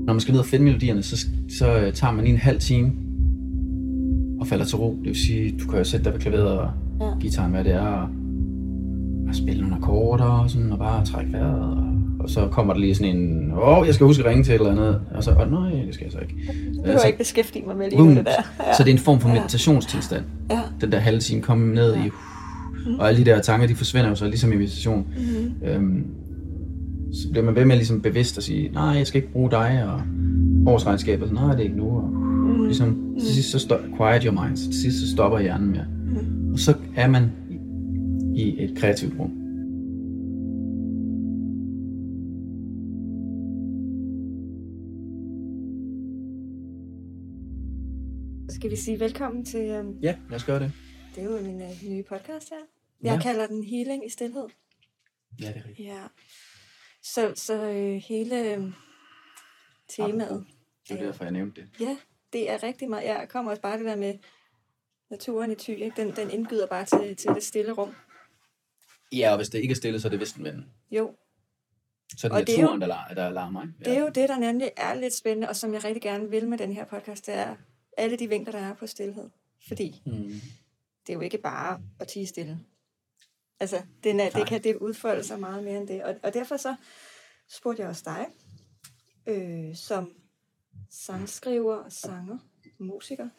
Når man skal ned og finde melodierne, så tager man lige en halv time og falder til ro. Det vil sige, du kan jo sætte dig ved klaveret og guitaren, hvad det er, og spille nogle akkorder og sådan, og bare trække vejret. Og så kommer der lige sådan en, jeg skal huske at ringe til et eller andet, og så, nej, det skal jeg så ikke. Det kan jeg ikke beskæftige mig med lige nu, det der. Ja. Så det er en form for meditationstilstand. Ja. Den der halve time kommer ned i, og alle de der tanker, de forsvinder jo så ligesom i meditation. Så bliver man ved med ligesom bevidst at sige, nej, jeg skal ikke bruge dig, og årsregnskabet, nej, det er ikke nu. Og ligesom, til sidst så quiet your mind, til sidst så stopper hjernen mere. Og så er man i et kreativt rum. Skal vi sige velkommen til... Ja, lad os gøre det. Det er jo min nye podcast her. Jeg kalder den Healing i stilhed. Ja, det er rigtigt. Ja. Så hele temaet... Det er derfor, jeg nævnte det. Ja, det er rigtig meget. Jeg kommer også bare det der med naturen i Thy, ikke? Den indbyder bare til det stille rum. Ja, og hvis det ikke er stille, så er det Vestenvinden. Jo. Så er det naturen, der larmer, ikke? Ja. Det er jo det, der nemlig er lidt spændende, og som jeg rigtig gerne vil med den her podcast, det er alle de vinkler, der er på stillhed. Fordi det er jo ikke bare at tie stille. Altså, det kan det udfolde sig meget mere end det. Og derfor så spurgte jeg også dig, som sangskriver og sanger, musiker.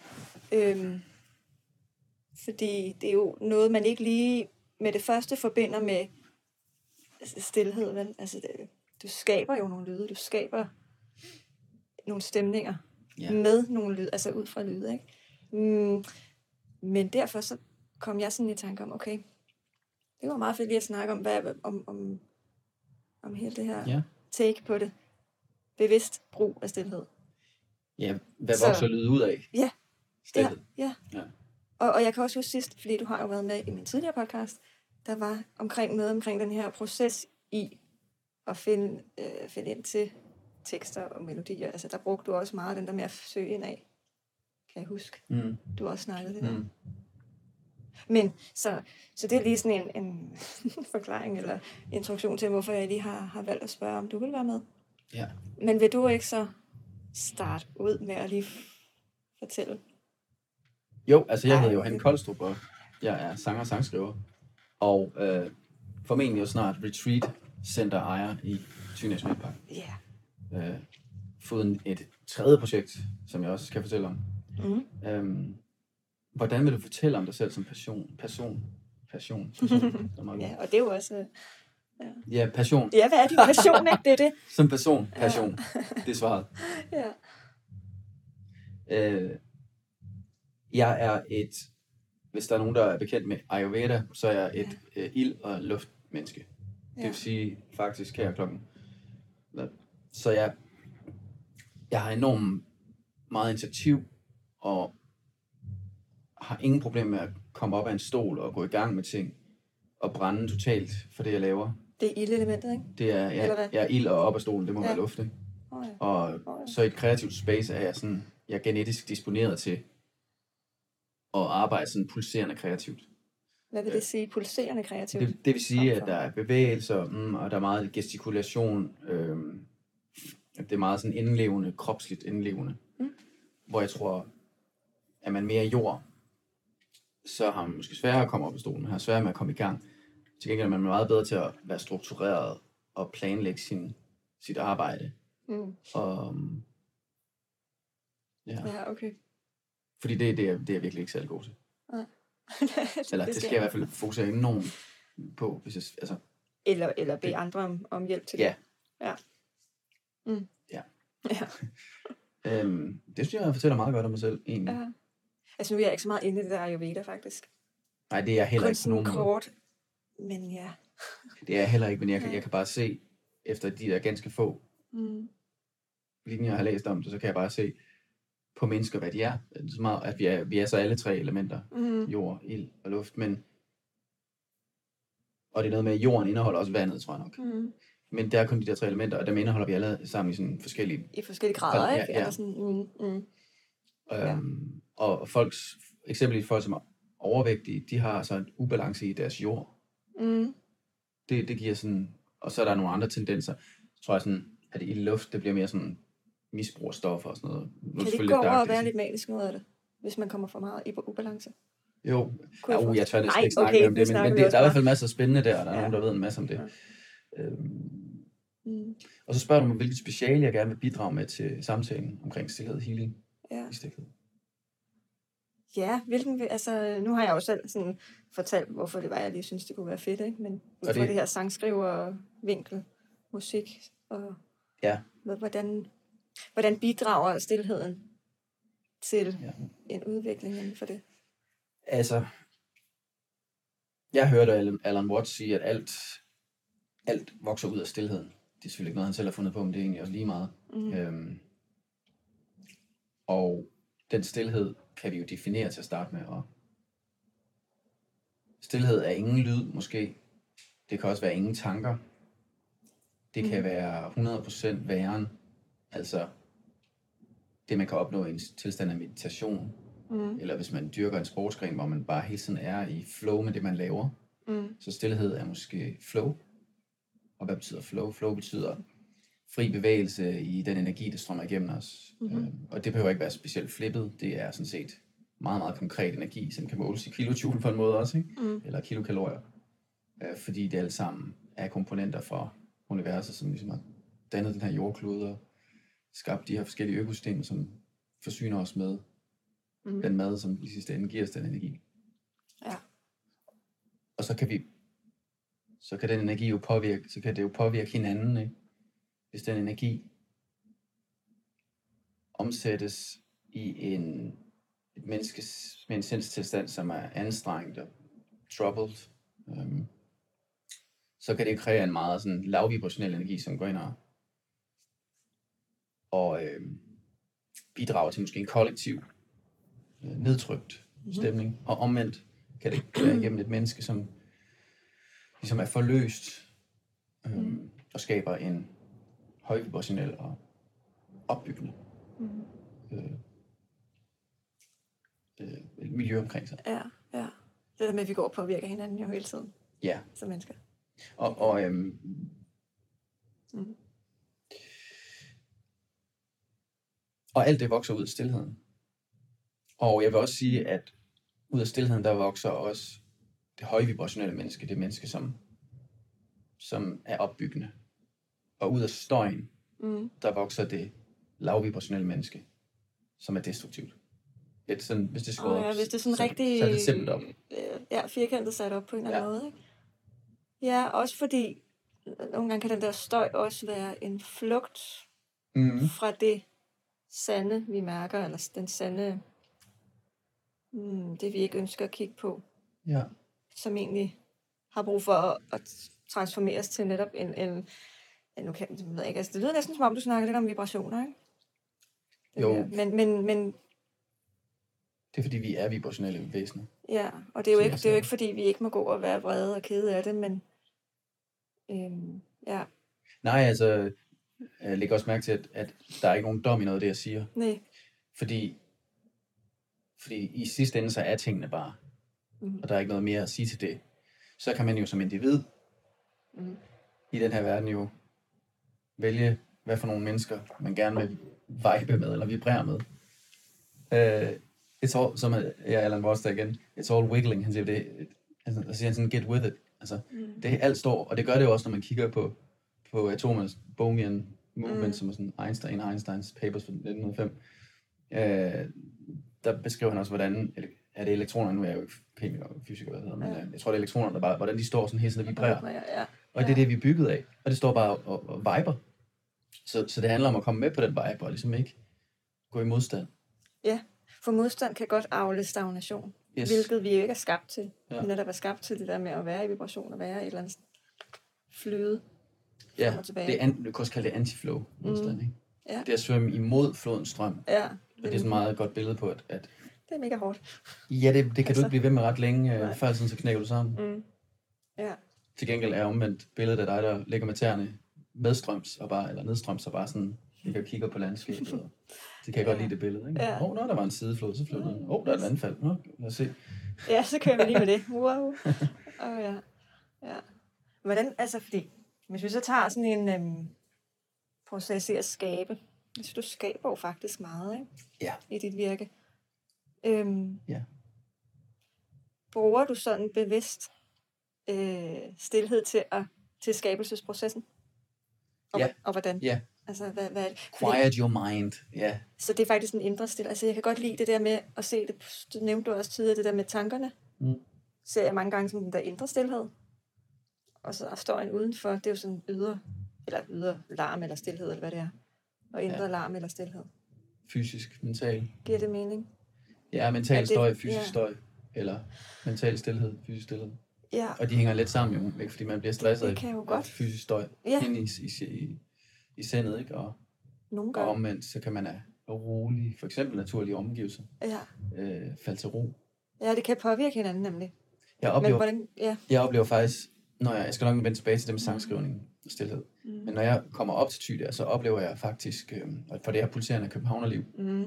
Fordi det er jo noget, man ikke lige med det første forbinder med stillhed. Vel? Altså, du skaber jo nogle lyde, du skaber nogle stemninger med nogle lyde, altså ud fra lyde, ikke? Men derfor så kom jeg sådan i tanke om, okay, det var meget fedt lige at snakke om hele det her take på det. Bevidst brug af stillhed. Ja, hvad vokser lyde ud af? Ja. Stillhed. Ja. Og jeg kan også huske sidst, fordi du har jo været med i min tidligere podcast, der var omkring den her proces i at finde ind til tekster og melodier. Altså der brugte du også meget den der med at søge ind af. Kan jeg huske. Du har også snakket det der. Men så det er lige sådan en forklaring eller introduktion til, hvorfor jeg lige har valgt at spørge, om du vil være med. Ja. Men vil du ikke så starte ud med at lige fortælle? Jo, altså jeg hedder Johan Koldstrup, og jeg er sanger og sangskriver. Og formentlig jo snart Retreat Center ejer i Thy Nationalpark. Ja. Fået et tredje projekt, som jeg også kan fortælle om. Hvordan vil du fortælle om dig selv som passion? Ja, og det er jo også... Ja, passion. Ja, hvad er din passion, ikke? Det er det. Som passion. Det er svaret. Ja. Jeg er hvis der er nogen, der er bekendt med Ayurveda, så er jeg et ild- og luftmenneske. Det vil sige, faktisk her klokken. Så jeg har enormt meget initiativ, og har ingen problem med at komme op af en stol og gå i gang med ting, og brænde totalt for det, jeg laver. Det er ildelementet, ikke? Det er, jeg er ild og op af stolen, det må være luft, ikke? Og så i et kreativt space er jeg er genetisk disponeret til at arbejde sådan pulserende kreativt. Hvad vil det sige, pulserende kreativt? Det vil sige, at der er bevægelser, og der er meget gestikulation. Det er meget sådan indlevende, kropsligt indlevende. Hvor jeg tror, at man mere jord, så har man måske sværere at komme op i stolen, man har sværere med at komme i gang. Til gengæld er man meget bedre til at være struktureret og planlægge sit arbejde. Ja, okay. Fordi det er jeg virkelig ikke særlig god til. Eller det skal jeg i hvert fald fokusere enormt på, hvis jeg, altså... Eller bede andre om hjælp til det. Ja. Det synes jeg fortæller meget godt om mig selv, egentlig. Ja. Altså nu er jeg ikke så meget inde i det der Ayurveda, faktisk. Nej, det er jeg heller ikke på nogen kort, men ja. Det er jeg heller ikke, men jeg kan bare se, efter de der ganske få linjer, jeg har læst om det, så kan jeg bare se på mennesker, hvad de er. Det er så meget, at vi er så alle tre elementer. Jord, ild og luft, men... Og det er noget med, at jorden indeholder også vandet, tror jeg nok. Men der er kun de der tre elementer, og dem indeholder vi alle sammen i sådan forskellige... I forskellige grader, ikke? Ja. Sådan, Og eksempelvis folk, som er overvægtige, de har så en ubalance i deres jord. Det giver sådan... Og så er der nogle andre tendenser. Så tror jeg sådan, at i luft, det bliver mere sådan misbruger stoffer og sådan noget. Kan det ikke gå over og være lidt manisk noget af det, hvis man kommer for meget i ubalance? Jo, jeg tør næsten ikke snakke okay, om det, men der er i hvert fald masser af spændende der, og der er nogen, der ved en masse om det. Ja. Og så spørger du mig, hvilket speciale jeg gerne vil bidrage med til samtalen omkring stillhed healing i stikket. Ja, altså nu har jeg jo selv sådan fortalt, hvorfor det var, jeg lige synes, det kunne være fedt, ikke? Men hvorfor det her sangskriver, vinkel, musik, og hvordan bidrager stillheden til en udvikling inden for det? Altså, jeg hørte Alan Watts sige, at alt vokser ud af stillheden. Det er selvfølgelig ikke noget, han selv har fundet på, men det er egentlig også lige meget. Og den stillhed kan vi jo definere til at starte med. Og stillhed er ingen lyd, måske. Det kan også være ingen tanker. Det kan være 100% væren. Altså det, man kan opnå i en tilstand af meditation. Eller hvis man dyrker en sportsgren, hvor man bare hele tiden er i flow med det, man laver. Så stillhed er måske flow. Og hvad betyder flow? Flow betyder fri bevægelse i den energi, der strømmer igennem os. Og det behøver ikke være specielt flippet. Det er sådan set meget, meget konkret energi, som kan måles i kilojoule på en måde også, ikke? Eller kilokalorier. Fordi det alle sammen er komponenter fra universet, som ligesom har dannet den her jordklode og skabt de her forskellige økosystemer, som forsyner os med den mad, som i sidste ende giver os den energi. Ja. Og så kan den energi jo påvirke hinanden, ikke? Hvis den energi omsættes i et menneskes med en sindstilstand, som er anstrengt og troubled, så kan det kreere en meget sådan lavvibrationel energi, som går ind og bidrager til måske en kollektiv nedtrykt stemning. Og omvendt kan det være igennem et menneske, som ligesom er forløst og skaber en højvibrationel og opbyggende miljø omkring sig. Ja. Det der med, at vi går og påvirker hinanden jo hele tiden. Ja. Som mennesker. Og alt det vokser ud af stilheden. Og jeg vil også sige, at ud af stilheden, der vokser også det højvibrationelle menneske, det menneske, som er opbyggende. Og ud af støjen, der vokser det lavvibrationelle menneske, som er destruktivt. Hvis det skal hvis det er sådan rigtig... Så er det simpelt op. Firkantet sat op på en eller anden måde, ikke? Ja, også fordi nogle gange kan den der støj også være en flugt fra det sande, vi mærker, eller den sande, det vi ikke ønsker at kigge på. Ja. Som egentlig har brug for at transformeres til netop nu kan jeg ikke, altså det lyder næsten som om, du snakker lidt om vibrationer, ikke? Jo. Men det er fordi, vi er vibrationelle væsener. Ja, og det er jo ikke fordi, vi ikke må gå og være vrede og kede af det, men ja. Nej, altså, jeg lægger også mærke til, at der er ikke nogen dom i noget af det, jeg siger. Nej. Fordi i sidste ende, så er tingene bare, og der er ikke noget mere at sige til det. Så kan man jo som individ i den her verden jo vælge, hvad for nogle mennesker man gerne vil vibe med, eller vibrere med. It's all, som Alan Watts der igen, it's all wiggling, han siger det, han siger sådan, get with it. Altså, det alt står, og det gør det jo også, når man kigger på atomernes Bohmian movement, som er sådan Einsteins papers fra 1905. Der beskriver han også, hvordan, er det elektroner, nu er jeg jo ikke kemiker og fysiker, hvad det hedder, men jeg tror, det er elektroner, der bare, hvordan de står sådan hele tiden og vibrerer. Og det er det, vi er bygget af, og det står bare og viber. Så det handler om at komme med på den vibe, og ligesom ikke gå i modstand. Ja, for modstand kan godt afle stagnation, hvilket vi jo ikke er skabt til. Vi netop er skabt til det der med at være i vibration, og være i et eller andet flyde. Ja, du kan også kalde det antiflow modstand, ikke? Ja. Det er at svømme imod flodens strøm. Ja. Og det er sådan et meget godt billede på, at det er mega hårdt. Ja, det kan du ikke blive ved med ret længe, før sådan så knækker du sammen. Ja. Til gengæld er omvendt billedet af dig, der ligger med tæerne medstrøms og bare, eller nedstrøms og bare sådan, ligger og kigger på landskabet. Og det kan jeg godt lide, det billede, ikke? Der var en sideflod, så flød den. Der er et vandfald. Lad os se. Ja, så kører vi lige med det. Wow. Ja. Hvordan, altså fordi, hvis vi så tager sådan en proces i at skabe, Altså, du skaber jo faktisk meget, ikke? Ja. I dit virke. Ja. Bruger du sådan bevidst stilhed til skabelsesprocessen? Og hvordan? Ja. Altså, hvad er det? Quiet your mind. Ja. Så det er faktisk en indre stille. Altså, jeg kan godt lide det der med at se det. Det nævnte du også tidligere, det der med tankerne. Ser jeg mange gange som den der indre stillhed. Og så står en udenfor. Det er jo sådan ydre larm eller stillhed, eller hvad det er. Og indre larm eller stillhed. Fysisk, mental. Giver det mening? Ja, mental støj, fysisk støj. Eller mental stillhed, fysisk stillhed. Ja. Og de hænger lidt sammen jo, ikke? Fordi man bliver stresset af fysisk støj inde i sindet, ikke? Og omvendt, så kan man have rolig, for eksempel naturlige omgivelser, falde til ro. Ja, det kan påvirke hinanden nemlig. Jeg oplever faktisk, når jeg skal nok vende tilbage til det med sangskrivning og stillhed, men når jeg kommer op til Thy der, så oplever jeg faktisk, for det her pulserende københavnerliv,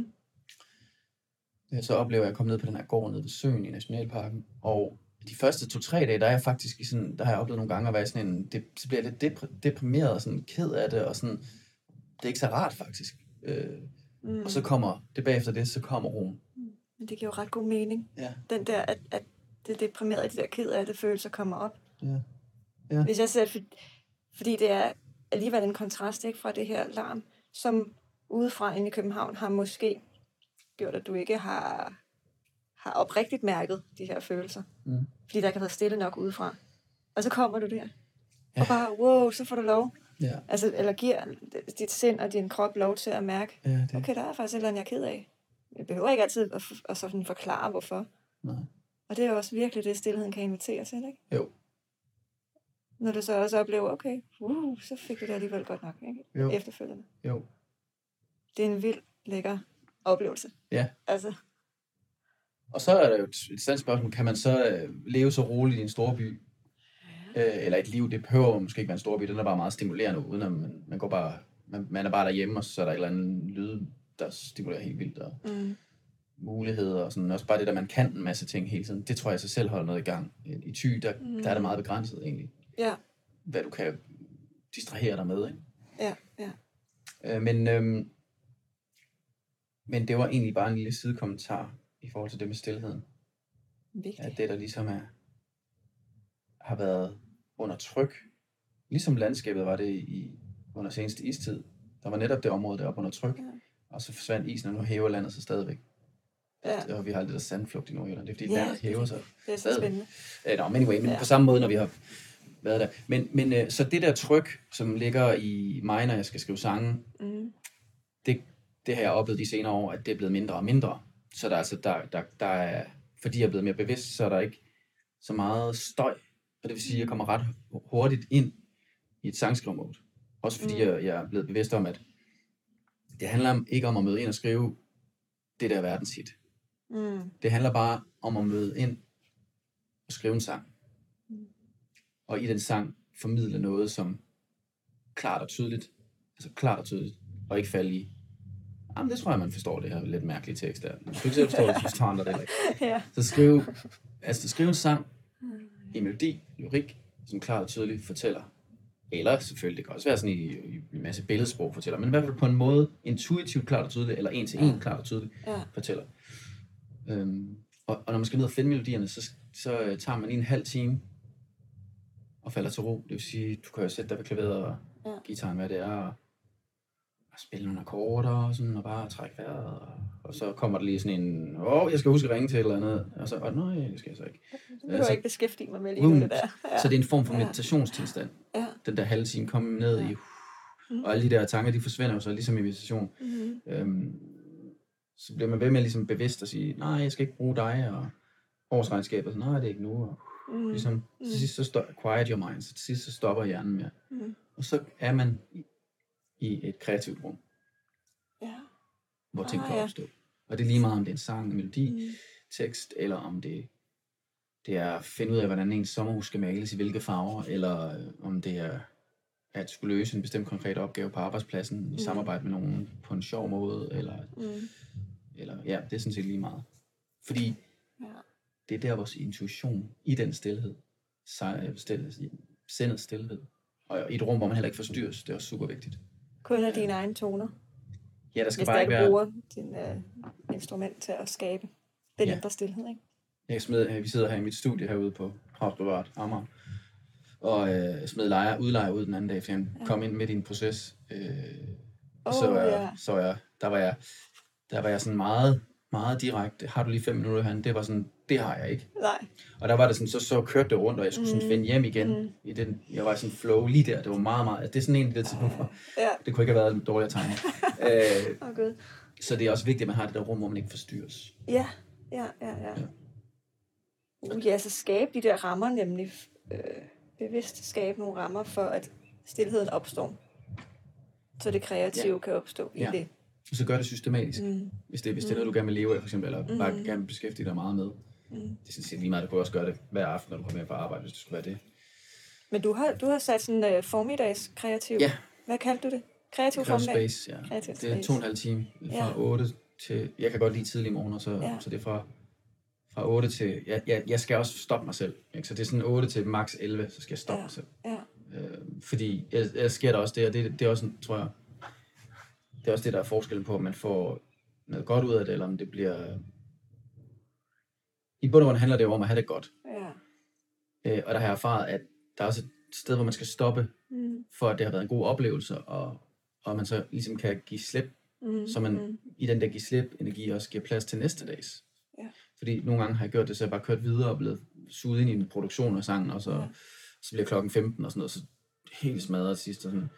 så oplever jeg at komme ned på den her gård nede ved søen i Nationalparken, og de første 2-3 dage, der er jeg faktisk i sådan, der har jeg oplevet nogle gange at være sådan en, så bliver jeg lidt deprimeret og sådan ked af det, og sådan, det er ikke så rart faktisk. Og så kommer det bagefter det, så kommer roen. Men det giver jo ret god mening. Ja. Den der, at det deprimerede, de der ked af det følelser kommer op. Ja. Hvis jeg ser, fordi det er alligevel en kontrast, ikke, fra det her larm, som udefra inde i København har måske gjort, at du ikke har oprigtigt mærket de her følelser. Fordi der ikke har været stille nok udefra. Og så kommer du der. Og bare, wow, så får du lov. Ja. Altså, eller giver dit sind og din krop lov til at mærke, okay, der er faktisk et eller andet, jeg er ked af. Jeg behøver ikke altid at sådan forklare, hvorfor. Nej. Og det er også virkelig det, stillheden kan invitere til, ikke? Jo. Når du så også oplever, okay, så fik du det alligevel godt nok, ikke? Jo. Efterfølgende. Jo. Det er en vild, lækker oplevelse. Ja. Altså. Og så er der jo et sandt spørgsmål, kan man så leve så roligt i en storby? Eller et liv, det behøver måske ikke være en storby, den er bare meget stimulerende, uden at man går bare, man er bare derhjemme, og så er der et eller andet lyd, der stimulerer helt vildt, og muligheder, og sådan, også bare det, der man kan en masse ting hele tiden, det tror jeg sig selv holder noget i gang. I Thy, der er det meget begrænset egentlig. Ja. Hvad du kan distrahere dig med, ikke? Ja. Men det var egentlig bare en lille sidekommentar i forhold til det med stilheden. Vigtigt. At det, der ligesom har været under tryk, ligesom landskabet var det under seneste istid. Der var netop det område deroppe under tryk, og så forsvandt isen, og nu hæver landet sig stadigvæk. Ja. Og vi har alt det der sandflugt i Nordjylland. Det er fordi landet hæver sig. Det er så spændende. Men på samme måde, når vi har været der. Men så det der tryk, som ligger i mig, når jeg skal skrive sange, det har jeg oplevet de senere år, at det er blevet mindre og mindre. Så der, altså, der er, fordi jeg er blevet mere bevidst, så er der ikke så meget støj. Og det vil sige, at jeg kommer ret hurtigt ind i et sangskrivemode. Også fordi jeg er blevet bevidst om, at det handler ikke om at møde ind og skrive det der verdenshit. Det handler bare om at møde ind og skrive en sang. Og i den sang formidle noget, som klart og tydeligt, og ikke falde i, jamen det tror jeg, man forstår, det her lidt mærkelige tekst der. Du skal ikke selv forstå det, så forstår andre det ikke. Så skrive en sang i melodi, lyrik, som klart og tydeligt fortæller. Eller selvfølgelig, det kan også være sådan i en masse billedsprog fortæller, men i hvert fald på en måde intuitivt klart og tydeligt, eller en til en klart og tydeligt fortæller. Og når man skal ned og finde melodierne, så tager man lige en halv time og falder til ro. Det vil sige, du kan jo sætte dig ved klaveret og guitaren, hvad det er, og spille nogle akkorder og sådan, og bare trække vejret, og så kommer der lige sådan en, jeg skal huske at ringe til et eller andet, og så, nej, det skal jeg så ikke. Så vil du ikke beskæftige mig med lige nu det der. Så det er en form for meditationstilstand. Den der halve time, komme ned i, og alle de der tanker, de forsvinder jo så ligesom i meditation. Så bliver man ved med ligesom bevidst at sige, nej, jeg skal ikke bruge dig, og årsregnskabet, nej, det er ikke nu, og ligesom, til sidst så quiet your mind, så til sidst så stopper hjernen mere. Og så er man i et kreativt rum, hvor ting kan opstå. Og det er lige meget, om det er en sang, en melodi, tekst, eller om det er at finde ud af, hvordan ens sommerhus skal males i hvilke farver, eller om det er at skulle løse en bestemt konkret opgave på arbejdspladsen, i samarbejde med nogen på en sjov måde, eller det er sådan set lige meget. Fordi det er der vores intuition i den stilhed, sindets stilhed, og i et rum, hvor man heller ikke forstyrres, det er også super vigtigt. Kun af dine egne toner. Ja, der skal hvis bare der ikke du være... bruger din instrument til at skabe den Ja. indre stillhed, ikke? Vi sidder her i mit studie herude på Havsbevaret Amager, og smed udlejer ud den anden dag, fordi han kom ind midt i en proces. Der var jeg sådan meget, meget direkte. Har du lige 5 minutter her? Det var sådan, det har jeg ikke. Nej. Og der var det sådan, så kørte det rundt, og jeg skulle sådan finde hjem igen. I den, jeg var i sådan en flow lige der. Det var meget, meget... Altså, det er sådan en af de der tidspunkter. Det kunne ikke have været en dårligere tegning. God. Så det er også vigtigt, at man har det der rum, hvor man ikke forstyrres. Ja. Ja, så skabe de der rammer, nemlig bevidst skabe nogle rammer for, at stilheden opstår. Så det kreative kan opstå i det. Og så gør det systematisk. Hvis det er noget, du gerne vil leve af, for eksempel, eller bare gerne vil beskæftige dig meget med. Det er sådan set lige meget, du kan også gøre det hver aften, når du kommer hjem fra arbejde, hvis det skulle være det. Men du har sat sådan en formiddags kreativ. Ja. Hvad kaldte du det? Kreativ formiddag? Space, ja. Det er 2,5 timer fra 8 til... Jeg kan godt lide tidlig morgen, så det er fra 8 til... Jeg skal også stoppe mig selv. Ikke? Så det er sådan 8 til max 11, så skal jeg stoppe mig selv. Ja. Fordi ellers sker der også det, og det er også, tror jeg... Det er også det, der er forskellen på, om man får noget godt ud af det, eller om det bliver... I bund og grund handler det jo om at have det godt. Ja. Og der har jeg erfaret, at der er også et sted, hvor man skal stoppe, for at det har været en god oplevelse, og man så ligesom kan give slip, så man i den der give slip energi også giver plads til næste dags. Ja. Fordi nogle gange har jeg gjort det, så jeg bare kørt videre og blevet suget ind i en produktion af sangen, og så bliver klokken 15 og sådan noget, så helt smadret til sidst. Og sådan.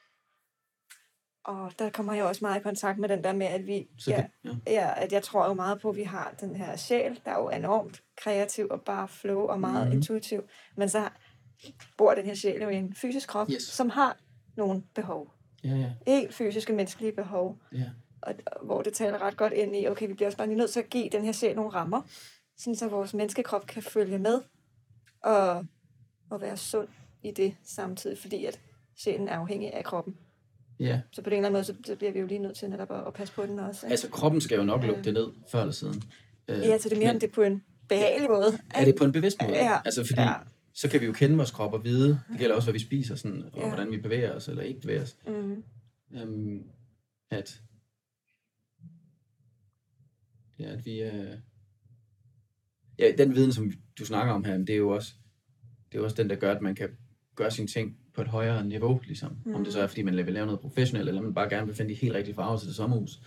Og der kommer jeg også meget i kontakt med den der med, at vi... at jeg tror jo meget på, at vi har den her sjæl, der er jo enormt kreativ og bare flow og meget intuitiv. Men så bor den her sjæl jo i en fysisk krop, som har nogle behov. Helt fysiske, menneskelige behov. Og hvor det taler ret godt ind i, okay, vi bliver også bare nødt til at give den her sjæl nogle rammer, sådan så vores menneskekrop kan følge med og være sund i det samtidig, fordi at sjælen er afhængig af kroppen. Ja. Så på den eller anden måde, så bliver vi jo lige nødt til netop at passe på den også. Ikke? Altså, kroppen skal jo nok lukke det ned, før eller siden. Ja, så det er mere, end det på en behagelig måde. Er det på en bevidst måde? Ja. Altså, fordi så kan vi jo kende vores krop og vide, det gælder også, hvad vi spiser, sådan, og hvordan vi bevæger os, eller ikke bevæger os. At vi... den viden, som du snakker om her, det er jo også den, der gør, at man kan gøre sine ting på et højere niveau, ligesom. Om det så er, fordi man vil lave noget professionelt, eller man bare gerne vil finde de helt rigtige farver til det sommerhus.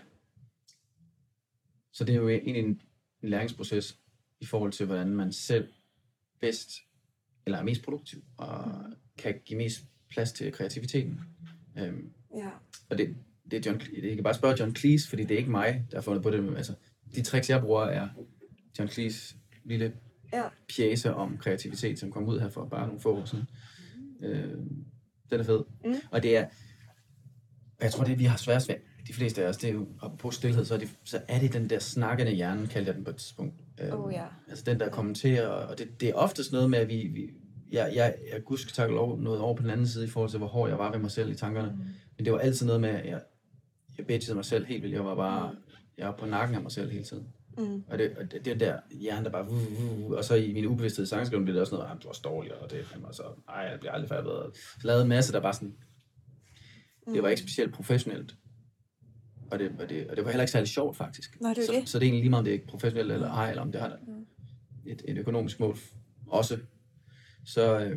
Så det er jo egentlig en læringsproces i forhold til, hvordan man selv bedst, eller er mest produktiv, og kan give mest plads til kreativiteten. Og det kan bare spørge John Cleese, fordi det er ikke mig, der har fundet på det. Altså, de tricks, jeg bruger, er John Cleese lille pjece om kreativitet, som kom ud her for bare nogle få år siden. Den er fed. Og det er, jeg tror, det vi har svært ved, de fleste af os, det er jo, apropos stillhed, så er det den der snakkende hjerne, kaldte jeg den på et tidspunkt. Altså den, der kommenterer, og det er oftest noget med, at jeg gudsk tak lov noget over på den anden side, i forhold til, hvor hård jeg var ved mig selv i tankerne. Men det var altid noget med, at jeg bitchede mig selv helt vildt. Jeg var på nakken af mig selv hele tiden. Og det er der hjerne, der bare... og så i min ubevidsthed i sangskrivning bliver det også noget, du er dårlig, og det er fandme, og så... jeg bliver aldrig færdig. Så lavede en masse, der bare sådan... Det var ikke specielt professionelt. Og det var heller ikke særlig sjovt, faktisk. Nej, det er det. Så det er egentlig lige meget, om det er professionelt eller ej, eller om det har et økonomisk mål også. Så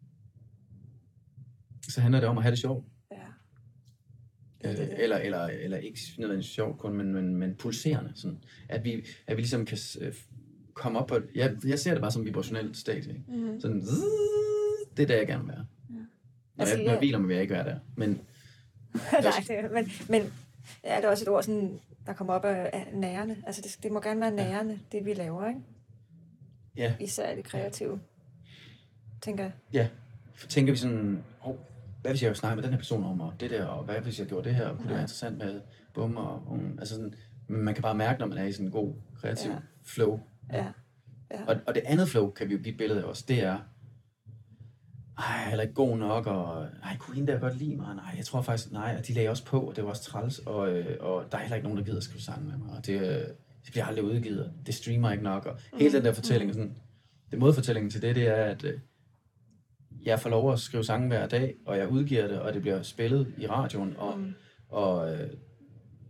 handler det om at have det sjovt. Eller ikke nødvendigvis sjovt kun, men pulserende. Sådan. At vi ligesom kan komme op på... Jeg ser det bare som vibrationelt stat. Sådan, det er der, jeg gerne vil være. Når jeg hviler mig, vil jeg ikke være der. Men men er det også et ord, sådan, der kommer op af nærende? Altså det må gerne være nærende, det vi laver, ikke? Ja. Især det kreative, tænker jeg. Ja, for tænker vi sådan... hvad hvis jeg snakker med den her person om, og det der, og hvad hvis jeg gjorde det her, og kunne det være interessant med bum og altså sådan, man kan bare mærke, når man er i sådan en god, kreativ flow. Og det andet flow, kan vi jo give et billede af os, det er, jeg er heller ikke god nok, og kunne hende der godt lide mig? Nej, jeg tror faktisk, og de lagde også på, og det var også træls, og der er heller ikke nogen, der gider at skrive sange med mig, og det bliver aldrig udgivet, og det streamer ikke nok, og hele den der fortælling, sådan, det modfortællingen til det er, at jeg får lov at skrive sange hver dag, og jeg udgiver det, og det bliver spillet i radioen, og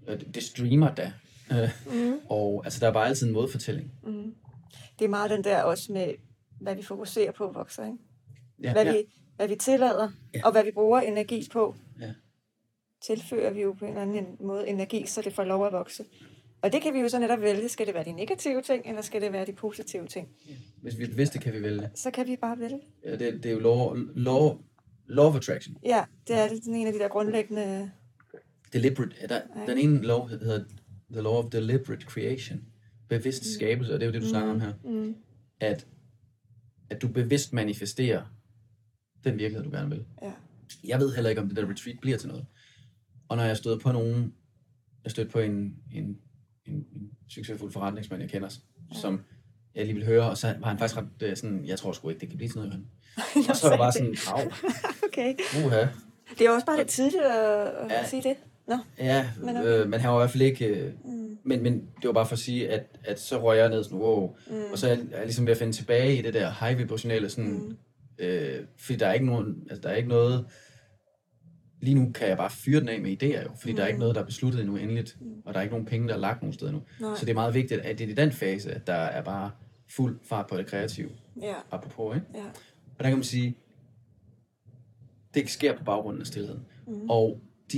Det streamer da. Og altså, der er bare altid en modfortælling. Det er meget den der også med, hvad vi fokuserer på vokser, ikke? Ja, Hvad vi tillader, og hvad vi bruger energi på. Ja. Tilfører vi jo på en eller anden måde energi, så det får lov at vokse. Og det kan vi jo så netop vælge. Skal det være de negative ting, eller skal det være de positive ting? Ja. Hvis vi vidste, kan vi vælge. Så kan vi bare vælge. Ja, det er jo law of attraction. Ja, det er sådan en af de der grundlæggende... Deliberate. Den ene lov hedder the law of deliberate creation. Bevidst skabelse, og det er jo det, du snakker om her. At du bevidst manifesterer den virkelighed, du gerne vil. Ja. Jeg ved heller ikke, om det der retreat bliver til noget. Og når jeg stødte på en succesfuld forretningsmand, jeg kender, som jeg lige ville høre, og så var han faktisk ret sådan, jeg tror sgu ikke, det kan blive til noget. Og så var der bare sådan, okay. Uha. Det er også bare lidt tidligt at sige det. Nå. Ja, men han var i hvert fald ikke... Men det var bare for at sige, at så røg jeg ned sådan, wow. Og så er jeg ligesom ved at finde tilbage i det der high vibrationelle, sådan... Fordi der er ikke noget... Lige nu kan jeg bare fyre den af med idéer jo, fordi der er ikke noget, der er besluttet endnu endeligt, og der er ikke nogen penge, der er lagt nogen steder nu. Nej. Så det er meget vigtigt, at det er i den fase, at der er bare fuld fart på det kreative. Ja. Apropos, ikke? Ja. Og der kan man sige, det sker på baggrunden af stillheden. Og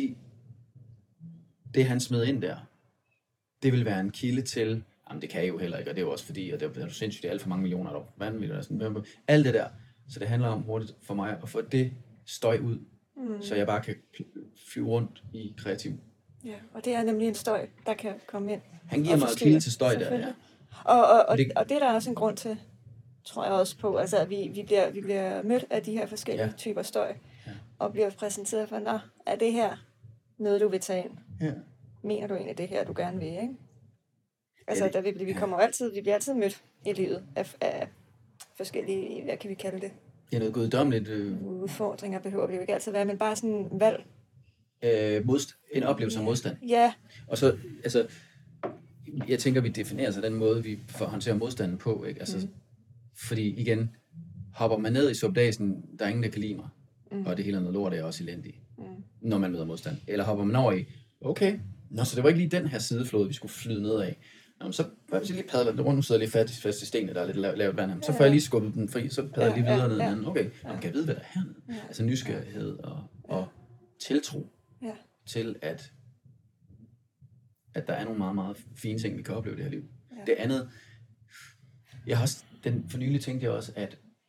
det han smed ind der, det vil være en kilde til, jamen det kan jeg jo heller ikke, og det er jo også fordi, og det er jo sindssygt, det er alt for mange millioner, der er vanvittigt, og sådan, alt det der. Så det handler om hurtigt for mig at få det støj ud, så jeg bare kan flyve rundt i kreativ. Ja, og det er nemlig en støj, der kan komme ind. Han giver mig et kilde til støj der, ja. Og det er der også en grund til, tror jeg også på, altså at vi bliver mødt af de her forskellige typer støj, og bliver præsenteret for, nå, er det her noget, du vil tage ind? Ja. Mener du egentlig det her, du gerne vil, ikke? Altså, vi bliver altid mødt i livet af forskellige, hvad kan vi kalde det? Det er noget guddommeligt. Udfordringer behøver det jo ikke altid være, men bare sådan valg. En oplevelse af modstand. Ja. Og så, altså, jeg tænker, vi definerer så den måde, vi får håndtere modstanden på, ikke? Altså, fordi igen, hopper man ned i subdasen, der er ingen, der kan lide mig, og det hele er noget lort, er også elendigt, når man møder modstand. Eller hopper man over i, okay, så det var ikke lige den her sideflod, vi skulle flyde ned af. Så bør vi lige padle rundt, nu sidder jeg lige fast i stenene, der er lidt lavt vand her. Så får jeg lige skubbet den fri, så padler jeg lige videre ned. Okay, man kan vide, hvad der er hernede. Altså nysgerrighed og tiltro til, at der er nogle meget, meget fine ting, vi kan opleve i det her liv. Det andet, jeg har også, for nylig tænkte jeg også,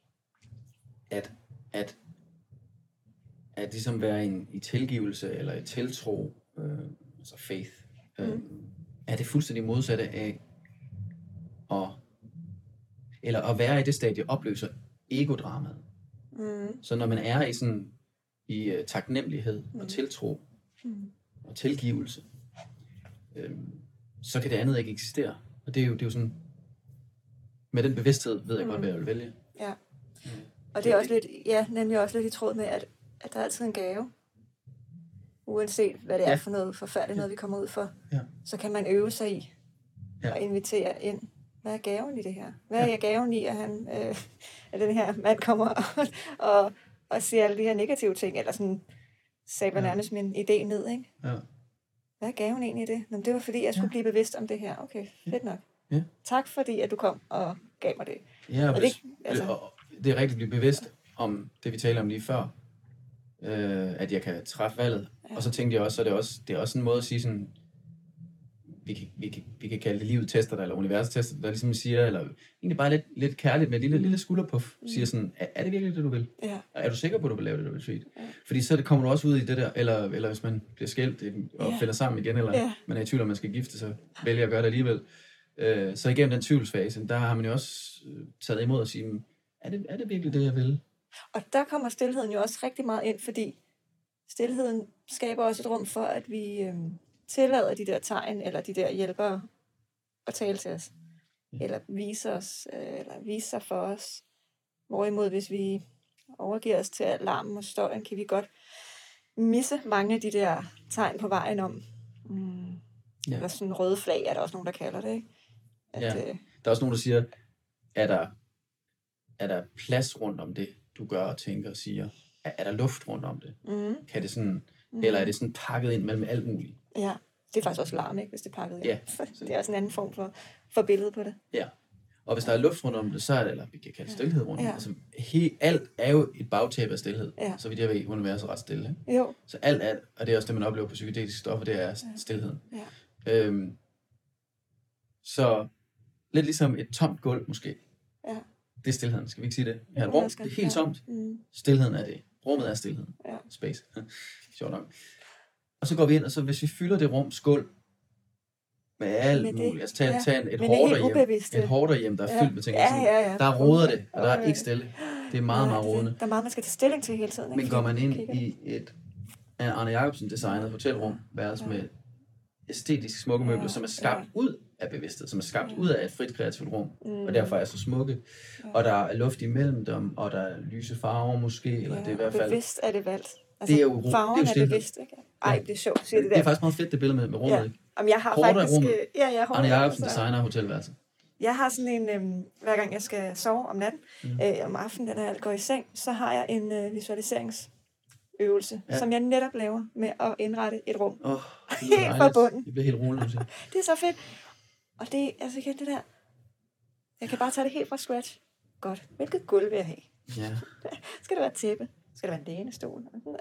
at ligesom være i tilgivelse, eller i tiltro, altså faith, er det fuldstændig modsatte af at være i det stadie, opløser egodramaet. Så når man er i taknemmelighed og tiltro og tilgivelse, så kan det andet ikke eksistere. Og det er jo sådan, med den bevidsthed ved jeg godt, hvad jeg vil vælge. Ja. Og det er også lidt, nemlig også lidt i tråd med, at der er altid en gave. Uanset hvad det er for noget forfærdeligt, noget vi kommer ud for, så kan man øve sig i og invitere ind. Hvad er gaven i det her? Hvad er gaven i, at at den her mand kommer og siger alle de her negative ting, eller sådan saber nærmest min idé ned, ikke? Ja. Hvad er gaven egentlig i det? Nå, det var fordi, jeg skulle blive bevidst om det her. Okay, fedt nok. Ja. Tak fordi, at du kom og gav mig det. Ja, og det er rigtigt at blive bevidst om det, vi taler om lige før. At jeg kan træffe valget. Ja. Og så tænkte jeg også, så det er også en måde at sige sådan, vi kan kalde det livet tester dig, eller universet tester dig, der ligesom siger, eller egentlig bare lidt kærligt med et lille skulderpuff, siger sådan, er det virkelig det, du vil? Ja. Er du sikker på, at du vil lave det, du vil tweet? Ja. Fordi så kommer du også ud i det der, eller hvis man bliver skilt og finder sammen igen, eller man er i tvivl, om man skal gifte, så vælger at gøre det alligevel. Så igennem den tvivlsfase, der har man jo også taget imod at sige, er det virkelig det, jeg vil? Og der kommer stilheden jo også rigtig meget ind, fordi stilheden skaber også et rum for, at vi tillader de der tegn, eller de der hjælpere at tale til os. Eller vise sig for os. Hvorimod, hvis vi overgiver os til larmen og støjen, kan vi godt misse mange af de der tegn på vejen om. Eller sådan røde flag, er der også nogen, der kalder det, ikke? Der er også nogen, der siger, er der plads rundt om det, du gør og tænker og siger? Er der luft rundt om det? Kan det sådan, eller er det sådan pakket ind mellem alt muligt? Ja. Det er faktisk også larm, ikke, hvis det er pakket ind. Ja. Det er også en anden form for billede på det. Ja. Og hvis der er luft rundt om det, så er det, eller vi kan kalde det stillhed rundt om det. Altså, alt er jo et bagtæppe af stillhed. Ja. Så vidt jeg ved, universet er ret stille. Ikke? Jo. Så alt er, og det er også det, man oplever på psykedeliske stoffer, det er stillheden. Ja. Så lidt ligesom et tomt gulv måske. Ja. Det er stillheden, skal vi ikke sige det? Vi har et rum, det er helt tomt. Stilheden er det. Rummet er stilheden. Ja. Space. Sjovt nok. Og så går vi ind, og så hvis vi fylder det rum skål med alt muligt. Altså tag et hårderhjem, der er fyldt med ting. Der roder det, og der er ikke stille. Det er meget, meget rodende. Der er meget, man skal tage stilling til hele tiden. Ikke? Men går man ind i et Arne Jacobsen designet hotelrum, værelse med æstetisk smukke møbler, som er skabt ud af bevidsthed, som er skabt ud af et frit kreativt rum, og derfor er så smukke. Og der er luft imellem dem, og der er lyse farver måske, eller det er i hvert fald... bevidst er det valgt. Altså, det er jo farverne er bevidst, ikke? Ej, det er sjovt at sige det der. Det er faktisk meget fedt, det billede med rummet, ikke? Jamen, jeg har faktisk... Arne Jacobsen designer hotelværelse. Jeg har sådan en... hver gang jeg skal sove om natten, om aftenen, når jeg går i seng, så har jeg en visualiseringsøvelse, som jeg netop laver med at indrette et rum. Helt fra bunden. Det bliver helt roligt. Det er så fedt. Og det, altså igen det der, jeg kan bare tage det helt fra scratch. Godt. Hvilket gulv vil jeg have? Ja. Skal det være tæppe? Skal det være en lænestol?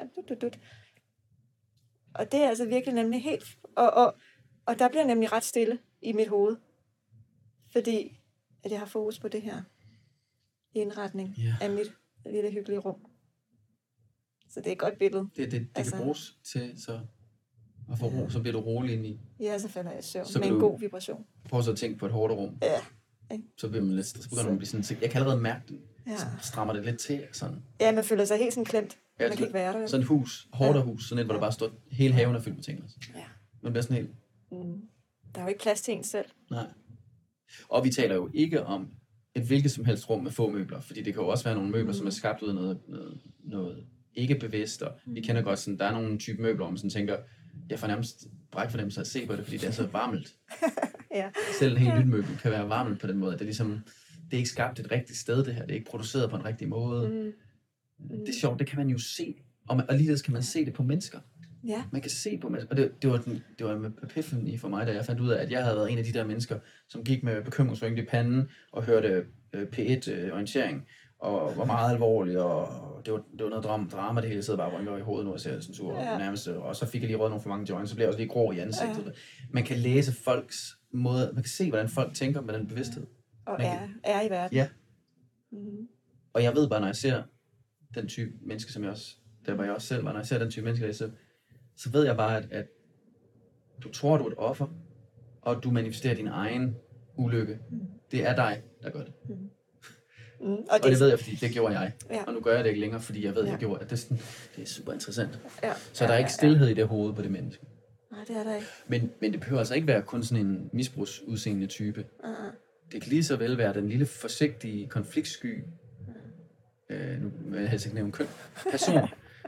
Og det er altså virkelig nemlig helt... Og der bliver nemlig ret stille i mit hoved. Fordi at jeg har fokus på det her indretning af mit lille hyggelige rum. Så det er et godt billede. Det kan bruges til så at få ro, så bliver du rolig ind i. Ja, så falder jeg i søvn med en god vibration. Prøv så at tænke på et hårdt rum. Ja. Så bliver man lidt, så begynder man at blive sådan, jeg kan allerede mærke den. Så strammer det lidt til. Sådan. Ja, man føler sig helt sådan klemt. Man kan ikke være der. Sådan et hus, hårdere hus, sådan et, hvor der bare står hele haven er fyldt med ting. Altså. Ja. Man bliver sådan helt... Der er jo ikke plads til en selv. Nej. Og vi taler jo ikke om et hvilket som helst rum med få møbler, fordi det kan jo også være nogle møbler, som er skabt ud af noget ikke bevidst, og vi kender godt sådan, der er nogle type møbler, hvor man sådan tænker, jeg får nærmest brækfornemmelse at se på det, fordi det er så varmt. Selv en helt nyt møbel kan være varmt på den måde. Det er ligesom, det er ikke skabt et rigtigt sted, det her. Det er ikke produceret på en rigtig måde. Det er sjovt, det kan man jo se. Og ligeledes kan man se det på mennesker. Ja. Man kan se på mennesker. Og det var med epiphany for mig, da jeg fandt ud af, at jeg havde været en af de der mennesker, som gik med bekymringsrynket i panden og hørte P1-orientering. Og var meget alvorlig, og det var noget drama, det hele sidder bare rynker i hovedet nu, og ser sådan sur nærmest. Og så fik jeg lige røget nogle for mange joints, så blev jeg også lige grå i ansigtet. Ja. Man kan læse folks måde, man kan se, hvordan folk tænker med den bevidsthed. Og er i verden. Ja. Og jeg ved bare, når jeg ser den type menneske, som jeg også, der var jeg også selv var, når jeg ser den type menneske, så ved jeg bare, at du tror, du er et offer, og du manifesterer din egen ulykke. Det er dig, der gør det. Og det ved jeg, fordi det gjorde jeg. Ja. Og nu gør jeg det ikke længere, fordi jeg ved, jeg gjorde det. Det er super interessant. Ja. Så der er ikke stilhed i det hoved på det menneske. Nej, det er der ikke. Men det behøver altså ikke være kun sådan en misbrugsudseende type. Det kan lige så vel være den lille, forsigtige, konfliktsky, nu vil jeg helst ikke nævne køn, person,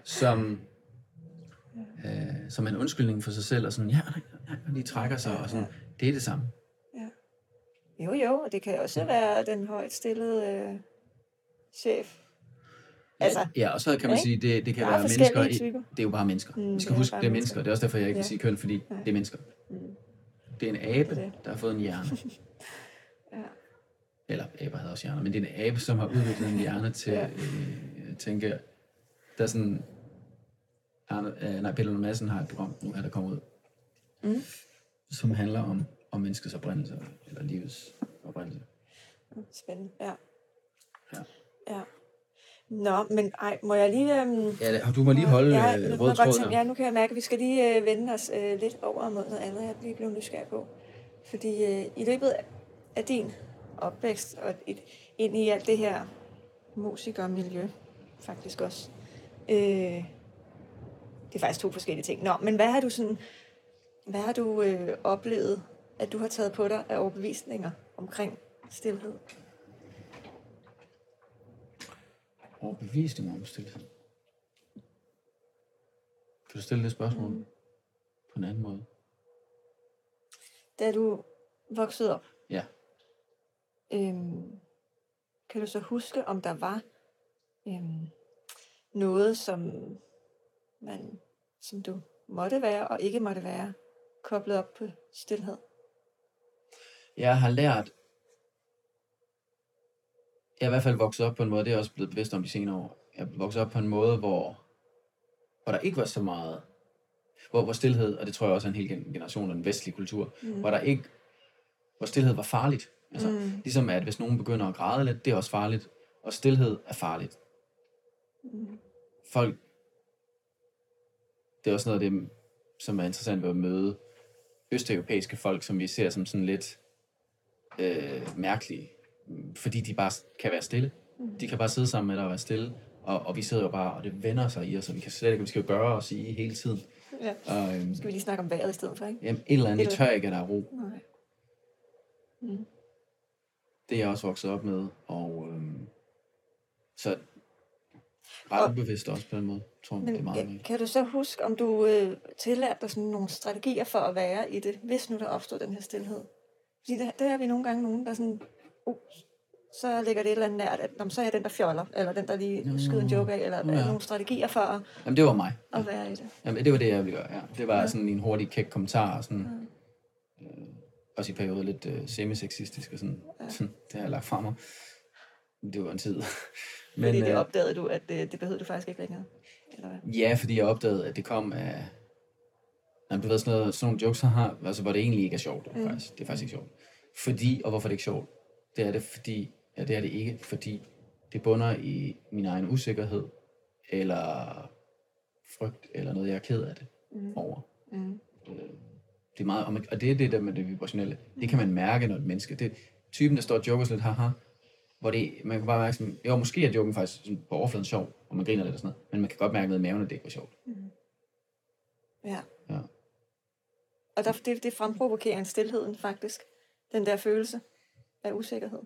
som en undskyldning for sig selv, og sådan, lige trækker sig, og sådan, det er det samme. Jo, og det kan også være den højt stillede chef. Altså, ja, og så kan man sige, det kan være mennesker. Det er jo bare mennesker. Vi skal huske, det er mennesker. Det er også derfor, jeg ikke vil sige køn, fordi det er mennesker. Det er en abe, der har fået en hjerne. Eller aber havde også hjerner, men det er en abe, som har udviklet en hjerne til at tænke, der er sådan, Peter Lund Madsen har et program, nu er der kommet ud, som handler om menneskets oprindelse, eller livets oprindelse. Spændende, ja. Nå, men må jeg lige... du må lige holde rød tråd. Ja, nu kan jeg mærke, at vi skal lige vende os lidt over mod noget andet, jeg lige blev nysgerrig på. Fordi i løbet af din opvækst, og ind i alt det her musikermiljø, faktisk også, det er faktisk 2 forskellige ting. Nå, men hvad har du oplevet, at du har taget på dig af overbevisninger omkring stilhed? Overbevisninger om stilhed? Kan du stille det spørgsmål på en anden måde? Da du voksede op? Ja. Kan du så huske, om der var noget, som du måtte være og ikke måtte være koblet op på stilhed? Jeg har lært, jeg er i hvert fald vokset op på en måde, det er jeg også blevet bevidst om de senere år. Jeg er vokset op på en måde, hvor der ikke var så meget, hvor stilhed, og det tror jeg også er en hel generation af den vestlige kultur, hvor stilhed var farligt. Altså, ligesom at hvis nogen begynder at græde lidt, det er også farligt, og stilhed er farligt. Folk, det er også noget af det, som er interessant ved at møde østeuropæiske folk, som vi ser som sådan lidt mærkelige, fordi de bare kan være stille. De kan bare sidde sammen med dig og være stille, og vi sidder jo bare, og det vender sig i os, og vi kan slet ikke, vi skal jo gøre og sige hele tiden. Ja. Og, skal vi lige snakke om vejret i stedet for, ikke? Jamen, et eller andet, vi tør ikke, at der er ro. Nej. Det er jeg også vokset op med, og så ret ubevidst også på den måde, tror jeg, det er meget mere. Kan du så huske, om du tillærte dig sådan nogle strategier for at være i det, hvis nu der opstod den her stilhed? Fordi det er vi nogle gange nogen, der sådan, så ligger det et eller andet nært, at så er jeg den, der fjoller, eller den, der lige skyder en joke af, eller nogle strategier for at, jamen, det var mig. At være i det. Jamen, det var det, jeg ville gøre, ja. Det var sådan en hurtig kæk kommentar, sådan, også i perioder lidt semi-sexistisk, og sådan, det har jeg lagt fra mig. Det var en tid. Men, fordi det opdagede du, at det behøvede du faktisk ikke længere? Eller hvad? Ja, fordi jeg opdagede, at det kom af, jamen, du ved, sådan nogle jokes, jeg har, altså, hvor det egentlig ikke er sjovt, faktisk. Det er faktisk ikke sjovt. Fordi, og hvorfor det ikke er sjovt? Det er det, fordi, det er det ikke, fordi det bunder i min egen usikkerhed, eller frygt, eller noget, jeg er ked af det over. Det er meget, og det er det der med det vibrationelle. Det kan man mærke, når et menneske, det er typen, der står og joker lidt, haha, hvor det, man kan bare mærke sådan, jo, måske er joken faktisk sådan på overfladen sjov, og man griner lidt og sådan noget, men man kan godt mærke med maven, at det ikke var sjovt. Ja. Og det fremprovokerer en stilheden faktisk, den der følelse af usikkerhed.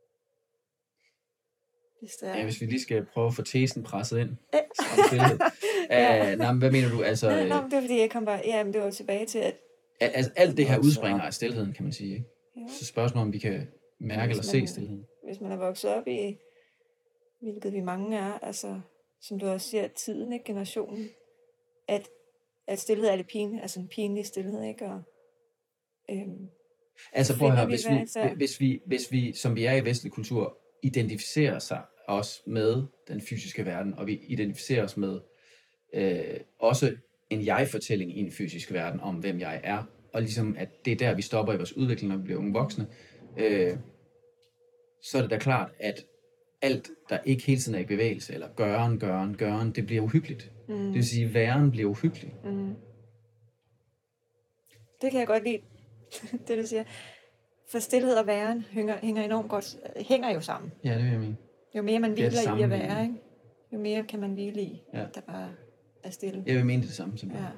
Ja, hvis vi lige skal prøve at få tesen presset ind. Nej, men hvad mener du? Altså, det var fordi, jeg kom bare, men det var tilbage til, at altså, alt det her udspringer af stilheden, kan man sige. Ikke? Ja. Så spørgsmålet om vi kan mærke eller se stilheden. Hvis man er vokset op i, hvilket vi mange er, altså, som du også siger, tiden, ikke? Generationen, at stilhed er det pinligt, altså en pinlig stilhed, ikke? Og, altså prøv at høre, hvis vi, som vi er i vestlig kultur, identificerer sig også med den fysiske verden, og vi identificerer os med også en jeg-fortælling i en fysisk verden om, hvem jeg er, og ligesom, at det er der, vi stopper i vores udvikling, når vi bliver unge voksne, så er det da klart, at alt, der ikke hele tiden er i bevægelse, eller gøren, det bliver uhyggeligt. Det vil sige, at væren bliver uhyggelig. Det kan jeg godt lide, det du siger. For stilhed og væren hænger enormt godt, hænger jo sammen. Ja, det vil jeg mene. Jo mere man hviler i at være, ikke? Jo mere kan man hvile i, der bare er stille. Jeg vil mene det samme, simpelthen.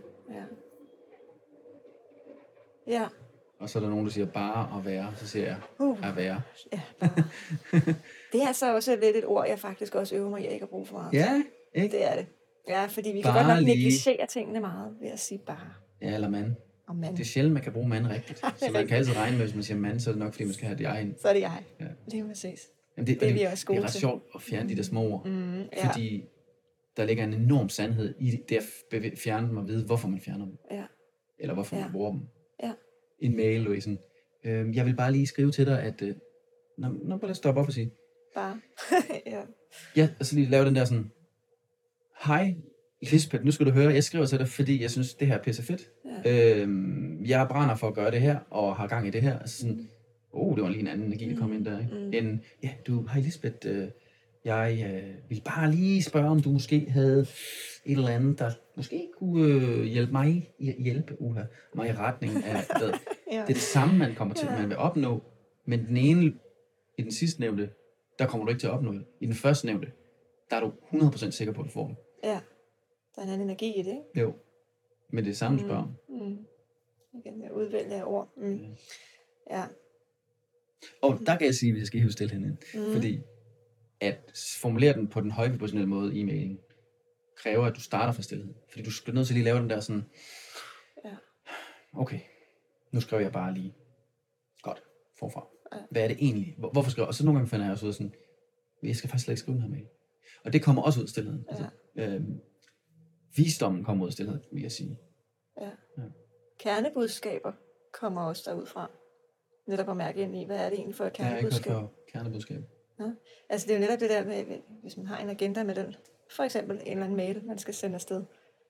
Ja. Og så er der nogen, der siger bare at være, så siger jeg at være. Ja, det er så også lidt et ord, jeg faktisk også øver mig i ikke at bruge for meget. Ja, ikke? Det er det. Ja, fordi vi kan bare godt nok negligere tingene meget ved at sige bare. Ja, eller mand. Og mand. Det er sjældent, man kan bruge mand rigtigt. Så man kan altid regne med, hvis man siger mand, så er det nok, fordi man skal have det jeg ind. Så er det jeg. Ja. Lige præcis. Jamen det er vi også gode til. Det er ret sjovt at fjerne de der små ord. Fordi der ligger en enorm sandhed i det at fjerne dem og vide, hvorfor man fjerner dem. Ja. Eller hvorfor man bruger dem. Ja. En mail, du er sådan, jeg vil bare lige skrive til dig, at bare lad stoppe op og sige. Bare. Ja, og så lige lave den der sådan, hej Lisbeth, nu skal du høre, jeg skriver til dig, fordi jeg synes, det her er pisse fedt. Ja. Jeg brænder for at gøre det her, og har gang i det her. Altså sådan, det var lige en anden energi, der kom ind der. Ikke? Hej Lisbeth, jeg vil bare lige spørge, om du måske havde et eller andet, der måske kunne hjælpe mig i retning af, det er det samme, man kommer til, man vil opnå, men den ene, i den sidste nævnte, der kommer du ikke til at opnå det. I den første nævnte, der er du 100% sikker på, at du får det. Ja, der er en anden energi i det, ikke? Jo, men det er samme spørg. Igen, jeg udvælger af ord. Ja. Og der kan jeg sige, at vi skal hive stille ind. Fordi at formulere den på den højvibrationelle måde i e-mailen, kræver, at du starter fra stillhed. Fordi du skal nødt til at lige lave den der sådan, okay, nu skriver jeg bare lige godt forfra. Hvad er det egentlig? Hvorfor skriver jeg? Og så nogle gange finder jeg også ud sådan, jeg skal faktisk slet ikke skrive den her mail. Og det kommer også ud af stillheden. Altså, visdommen kommer ud af stillheden, vil jeg sige. Ja. kernebudskaber kommer også derud fra. Netop at mærke ind i, hvad er det egentlig for et Det har jeg ikke hørt kernebudskab? før. Kernebudskab. Ja. Altså det er jo netop det der med, hvis man har en agenda med den, for eksempel en eller anden mail, man skal sende afsted.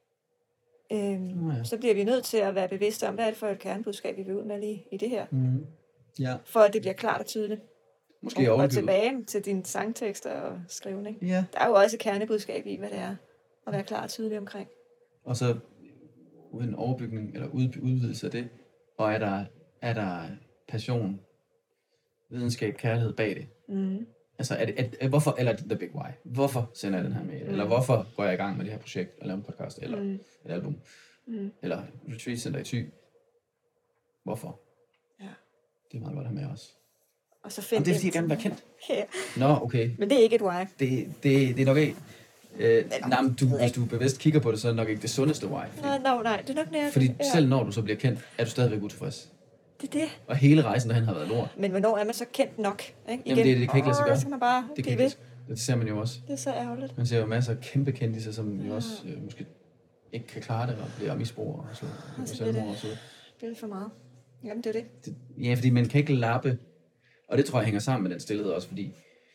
Så bliver vi nødt til at være bevidste om, hvad er det for et kernebudskab, vi vil ud med lige i det her. Mm. Ja. For at det bliver klart og tydeligt. Måske og tilbage til dine sangtekster og skrivning. Ja. Der er jo også et kernebudskab i, hvad det er at være klar og tydelig omkring. Og så en overbygning eller udvidelse af det. Og er der passion, videnskab, kærlighed bag det? Mm. Altså, hvorfor, eller the big why? Hvorfor sender jeg den her mail? Eller hvorfor går jeg i gang med det her projekt, eller en podcast, eller et album? Eller retreat center i Thy? Hvorfor? Ja. Det er meget godt at have med os. Og så find det er fordi, jeg gerne vil være kendt. Ja. Nå, okay. Men det er ikke et why. Det er nok ikke... hvis du bevidst kigger på det, så er det nok ikke det sundeste why. Nej, det er nok nærmest. Fordi selv når du så bliver kendt, er du stadigvæk utilfreds. Det er det. Og hele rejsen derhen har været lort. Men hvornår er man så kendt nok? Ikke? Igen. Jamen det kan ikke lade sig gøre. Så skal man bare blive ved. Det ser man jo også. Det er så ærgerligt. Man ser jo masser af kæmpe kendisser, som jo også måske ikke kan klare det, og bliver misbrugere og så selvmord og så. Det er for meget. Jamen det er det. Ja, fordi man kan ikke lappe. Og det tror jeg hænger sammen med den stillhed også, fordi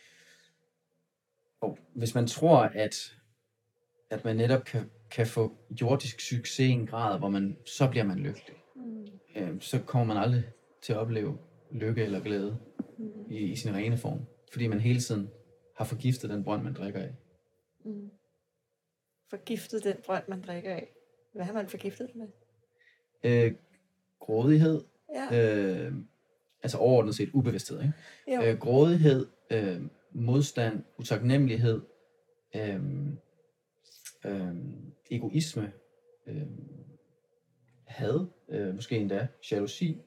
hvis man tror, at man netop kan få jordisk succes i en grad, hvor så bliver man lykkelig, så kommer man aldrig til at opleve lykke eller glæde i sin rene form. Fordi man hele tiden har forgiftet den brønd, man drikker af. Forgiftet den brønd, man drikker af. Hvad har man forgiftet det med? Grådighed. Ja. Altså overordnet set ubevidsthed. Ikke? Grådighed, modstand, utaknemmelighed, egoisme, had, måske endda jalousi.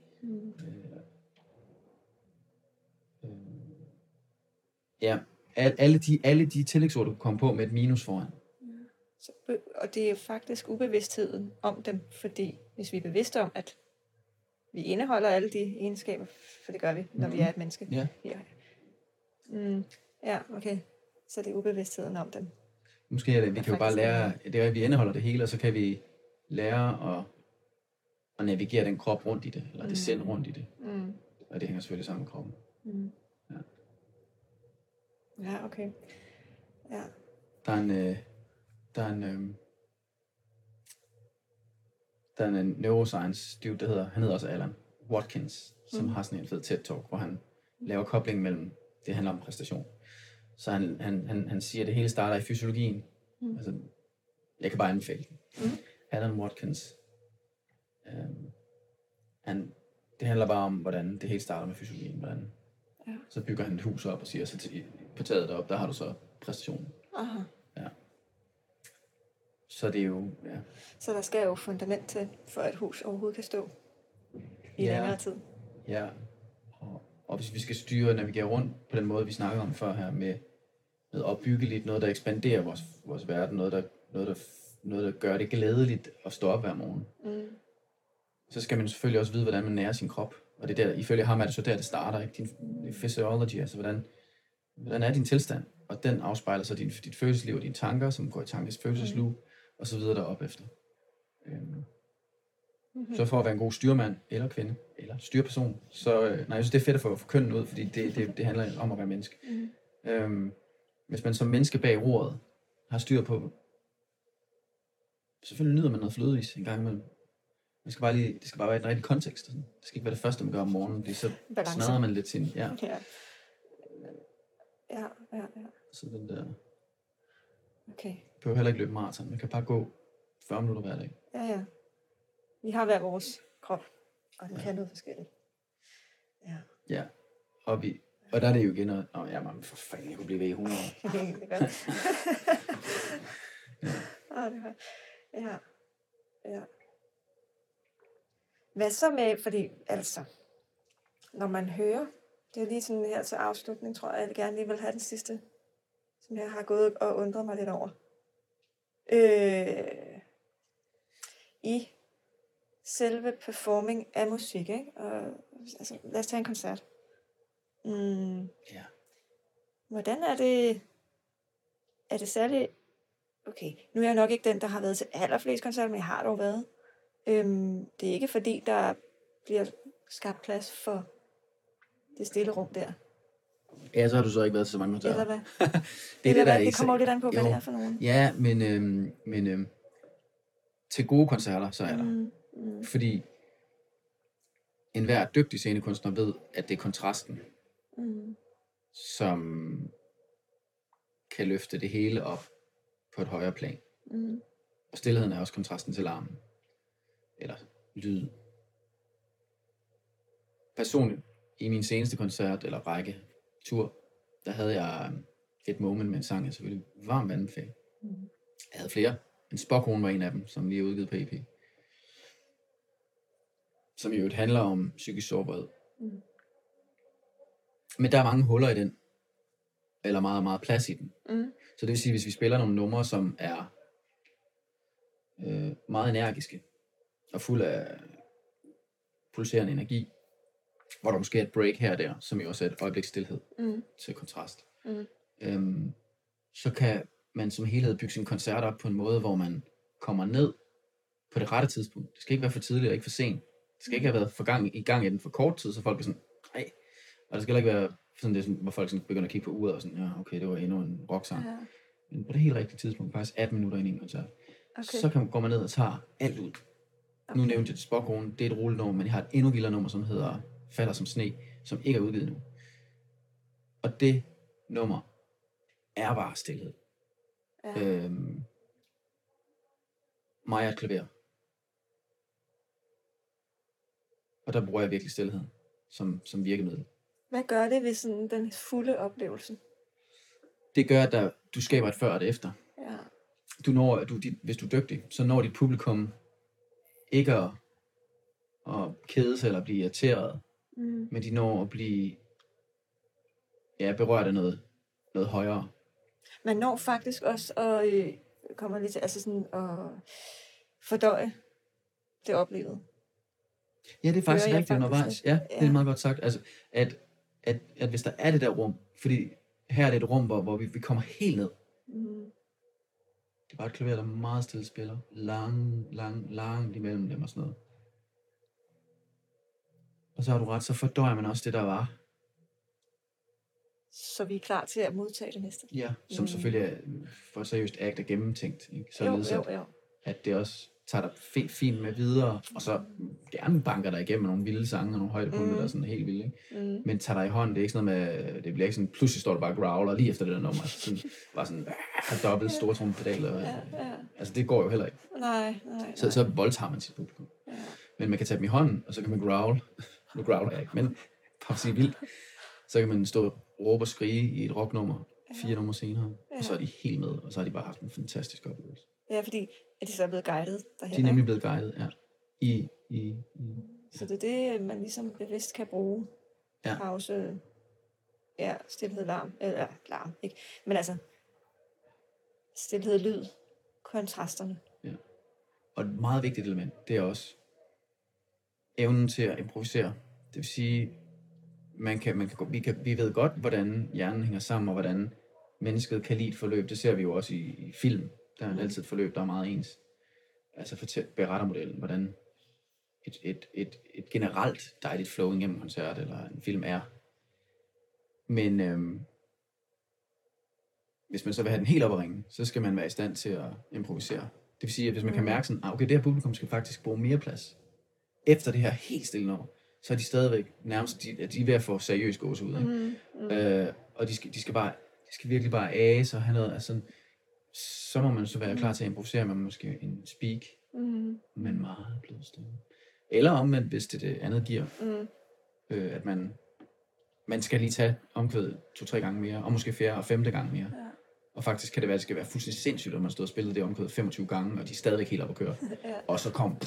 Ja, alle de tillægsord, du kan komme på med et minus foran. Og det er faktisk ubevidstheden om dem, fordi hvis vi er bevidste om, at vi indeholder alle de egenskaber, for det gør vi, når vi er et menneske. Ja. Ja, okay. Så det er ubevidstheden om dem. Måske er det, vi kan jo bare lære, det er, at vi indeholder det hele, og så kan vi lære at navigere den krop rundt i det, eller det sind rundt i det. Og det hænger selvfølgelig sammen med kroppen. Ja, okay. Ja. Der er en neuroscience dude, han hedder også Alan Watkins, som har sådan en fed TED-talk, hvor han laver kobling mellem, det handler om præstation. Så han siger, at det hele starter i fysiologien. Altså, jeg kan bare anbefale den. Alan Watkins. Det handler bare om, hvordan det hele starter med fysiologien. Hvordan. Så bygger han et hus op og siger, så på taget deroppe, der har du så præstationen. Aha. Ja. Så det er jo, ja. Så der skal jo fundament til, for at et hus overhovedet kan stå i længere tid. Ja, og hvis vi skal styre og navigere rundt på den måde, vi snakkede om før her, med opbyggeligt, noget der ekspanderer vores verden, noget der gør det glædeligt at stå op hver morgen. Så skal man selvfølgelig også vide, hvordan man nærer sin krop. Og det der, ifølge ham er det så der, det starter, ikke? Din physiology, altså hvordan er din tilstand? Og den afspejler så dit følelsesliv og dine tanker, som går i tankens følelsesliv, og så videre derop efter. Så for at være en god styrmand, eller kvinde, eller styrperson, så jeg synes, det er fedt at få kønnen ud, fordi det handler om at være menneske. Hvis man som menneske bag roret har styr på, selvfølgelig nyder man noget flødeis en gang imellem. Det skal bare være i den rigtige kontekst. Det skal ikke være det første, man gør om morgenen, fordi så smadrer man lidt sin... Ja. Så den der... Okay. Du behøver heller ikke løbe maraton. Man kan bare gå 40 minutter hver dag. Ja. Vi har hver vores krop, og den kan noget forskelligt. Ja. Og der er det jo igen noget... man for fanden, jeg kunne blive ved i 100 år. Det er godt. Ja. Hvad så med, fordi altså, når man hører, det er lige sådan her til afslutning, tror jeg gerne lige vil have den sidste, som jeg har gået og undret mig lidt over. I selve performing af musik, ikke? Og, altså, lad os tage en koncert. Ja. Hvordan er det? Er det særligt? Okay, nu er jeg nok ikke den, der har været til allerflest koncerter, men jeg har dog været. Det er ikke fordi, der bliver skabt plads for det stille rum der. Ja, så har du så ikke været til så mange koncerter. Eller hvad? Det er Eller det, der hvad? er Det kommer jo lidt an på, hvad jo. det er for nogen. Ja, men til gode koncerter, så er der. Fordi enhver dygtig scenekunstner ved, at det er kontrasten, som kan løfte det hele op på et højere plan. Og stilheden er også kontrasten til larmen. Eller lyd. Personligt, i min seneste koncert, eller række, tur, der havde jeg et moment med en sang, jeg selvfølgelig varmt anbefaler. Jeg havde flere. En Spåkone var en af dem, som lige er udgivet på EP. Som jo handler om psykisk sårbarhed. Men der er mange huller i den. Eller meget, meget plads i den. Så det vil sige, hvis vi spiller nogle numre, som er meget energiske, og fuld af pulserende energi, hvor der måske er et break her og der, som jo også er et øjebliks stilhed til kontrast. Så kan man som helhed bygge sin koncert op på en måde, hvor man kommer ned på det rette tidspunkt. Det skal ikke være for tidligt og ikke for sent. Det skal ikke have været i gang i den for kort tid, så folk er sådan, nej. Og det skal ikke være sådan, det, hvor folk sådan begynder at kigge på uret og sådan, ja, okay, det var endnu en rocksang. Ja. Men på det helt rigtige tidspunkt, faktisk 18 minutter ind i en koncert, så går man ned og tager alt ud. Nu nævnte jeg Spåkone, det er et rullenummer, men jeg har et endnu vildere nummer, som hedder Falder som sne, som ikke er udgivet nu. Og det nummer er bare stillhed. Ja. Mig er et klaver. Og der bruger jeg virkelig stillheden som virkemiddel. Hvad gør det ved sådan den fulde oplevelse? Det gør, at du skaber et før og et efter. Ja. Hvis du er dygtig, så når dit publikum ikke at kede sig eller blive irriteret, men de når at blive berørt af noget højere. Man når faktisk også at kommer lidt til altså sådan at fordøje det oplevede. Ja, det er faktisk rigtigt undervejs. Ja, det er meget godt sagt. Altså, at hvis der er det der rum, fordi her er det et rum, hvor vi kommer helt ned. Det er bare et klaver, der meget stille spiller. Langt imellem dem og sådan noget. Og så har du ret, så fordøjer man også det, der var. Så vi er klar til at modtage det næste. Ja, som selvfølgelig er for seriøst akt er gennemtænkt. Ikke? Således jo. At det også tager dig fint med videre, og så gerne banker dig igennem nogle vilde sange og nogle højdepunkter, der er sådan helt vilde. Ikke? Men tager dig i hånden, det er ikke sådan noget med, det bliver ikke sådan, pludselig står du bare og growler lige efter det der nummer. Sådan, bare sådan, dobbelt stortrumpedaler. Ja. Altså det går jo heller ikke. Nej. Så voldtager man sit publikum. Ja. Men man kan tage dem i hånden, og så kan man growl. Nu growler jeg ikke, men bare sige vildt. Så kan man stå og råbe og skrige i et rocknummer 4 numre senere, og så er de helt med, og så har de bare haft en fantastisk oplevelse. Ja, fordi er de så blevet guidet derhen? De er nemlig blevet guidet, ja. Så det er det, man ligesom bevidst kan bruge. Pause, stilhed, larm, eller larm, ikke? Men altså, stilhed, lyd, kontrasterne. Ja. Og et meget vigtigt element, det er også evnen til at improvisere. Det vil sige, vi ved godt, hvordan hjernen hænger sammen, og hvordan mennesket kan lide et forløb. Det ser vi jo også i film. Der er altid et forløb, der er meget ens. Altså berettermodellen, hvordan et generelt dejligt flow igennem en koncert eller en film er. Men hvis man så vil have den helt op at ringe, så skal man være i stand til at improvisere. Det vil sige, at hvis man kan mærke sådan, okay, det her publikum skal faktisk bruge mere plads. Efter det her helt stille nummer, så er de stadigvæk nærmest, de er ved at få seriøst gåsehud. Og de skal virkelig bare ase og have noget, altså, så må man så være klar til at improvisere med måske en speak, men meget blød stemme. Eller omvendt, hvis det andet giver, at man skal lige tage omkvædet 2-3 gange mere, og måske 4. og 5. gang mere. Ja. Og faktisk kan det være, at det skal være fuldstændig sindssygt, at man stod og spillede det omkvædet 25 gange, og de er stadigvæk helt op at køre. Og så kom...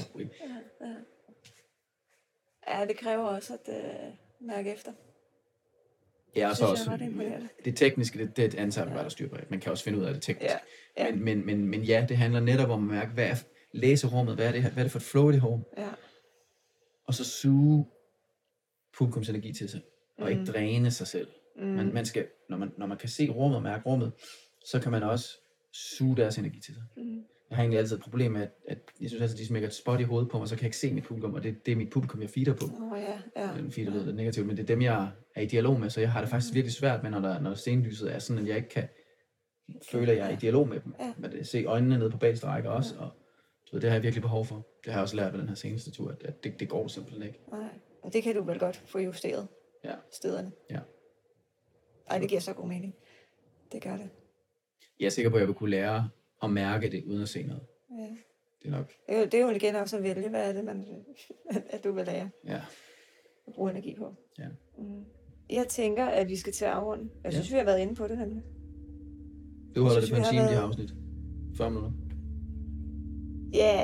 Ja, det kræver også at mærke efter. Ja, og så også det tekniske, det antager vi bare, der styr på. Man kan også finde ud af det tekniske. Ja. Men ja, det handler netop om at mærke, læse rummet, hvad er det for et flow i det her rum. Ja. Og så suge publikums energi til sig, og ikke dræne sig selv. Man skal, når man kan se rummet og mærke rummet, så kan man også suge deres energi til sig. Jeg har egentlig altid et problem med, at jeg synes altid, de smækker et spot i hovedet på mig, så kan jeg ikke se mit publikum, og det er mit publikum, jeg feeder på. Den feeder lyder lidt negativt, men det er dem, jeg er i dialog med, så jeg har det faktisk virkelig svært med, når scenelyset er sådan, at jeg ikke kan føle, at jeg er i dialog med dem. Men det se øjnene nede på bagste række også, og det har jeg virkelig behov for. Det har jeg også lært ved den her seneste tur, at det går simpelthen ikke. Nej, og det kan du vel godt få justeret stederne. Ja. Ej, det giver så god mening. Det gør det. Jeg er sikker på, at jeg vil kunne lære at mærke det, uden at se noget. Ja. Det er nok. Det er jo igen også at vælge, hvad er det, at du vil lære. Ja. At bruge energi på. Ja. Jeg tænker, at vi skal til at afrunde. Jeg synes, vi har været inde på det nemlig. Du holder det på en time, de her afsnit. 40 minutter. Ja.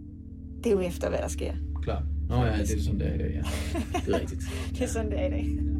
Det er jo efter, hvad der sker. Klar. Nå ja, det er sådan, det er i dag, ja. Det er rigtigt. Det er sådan, det er i dag.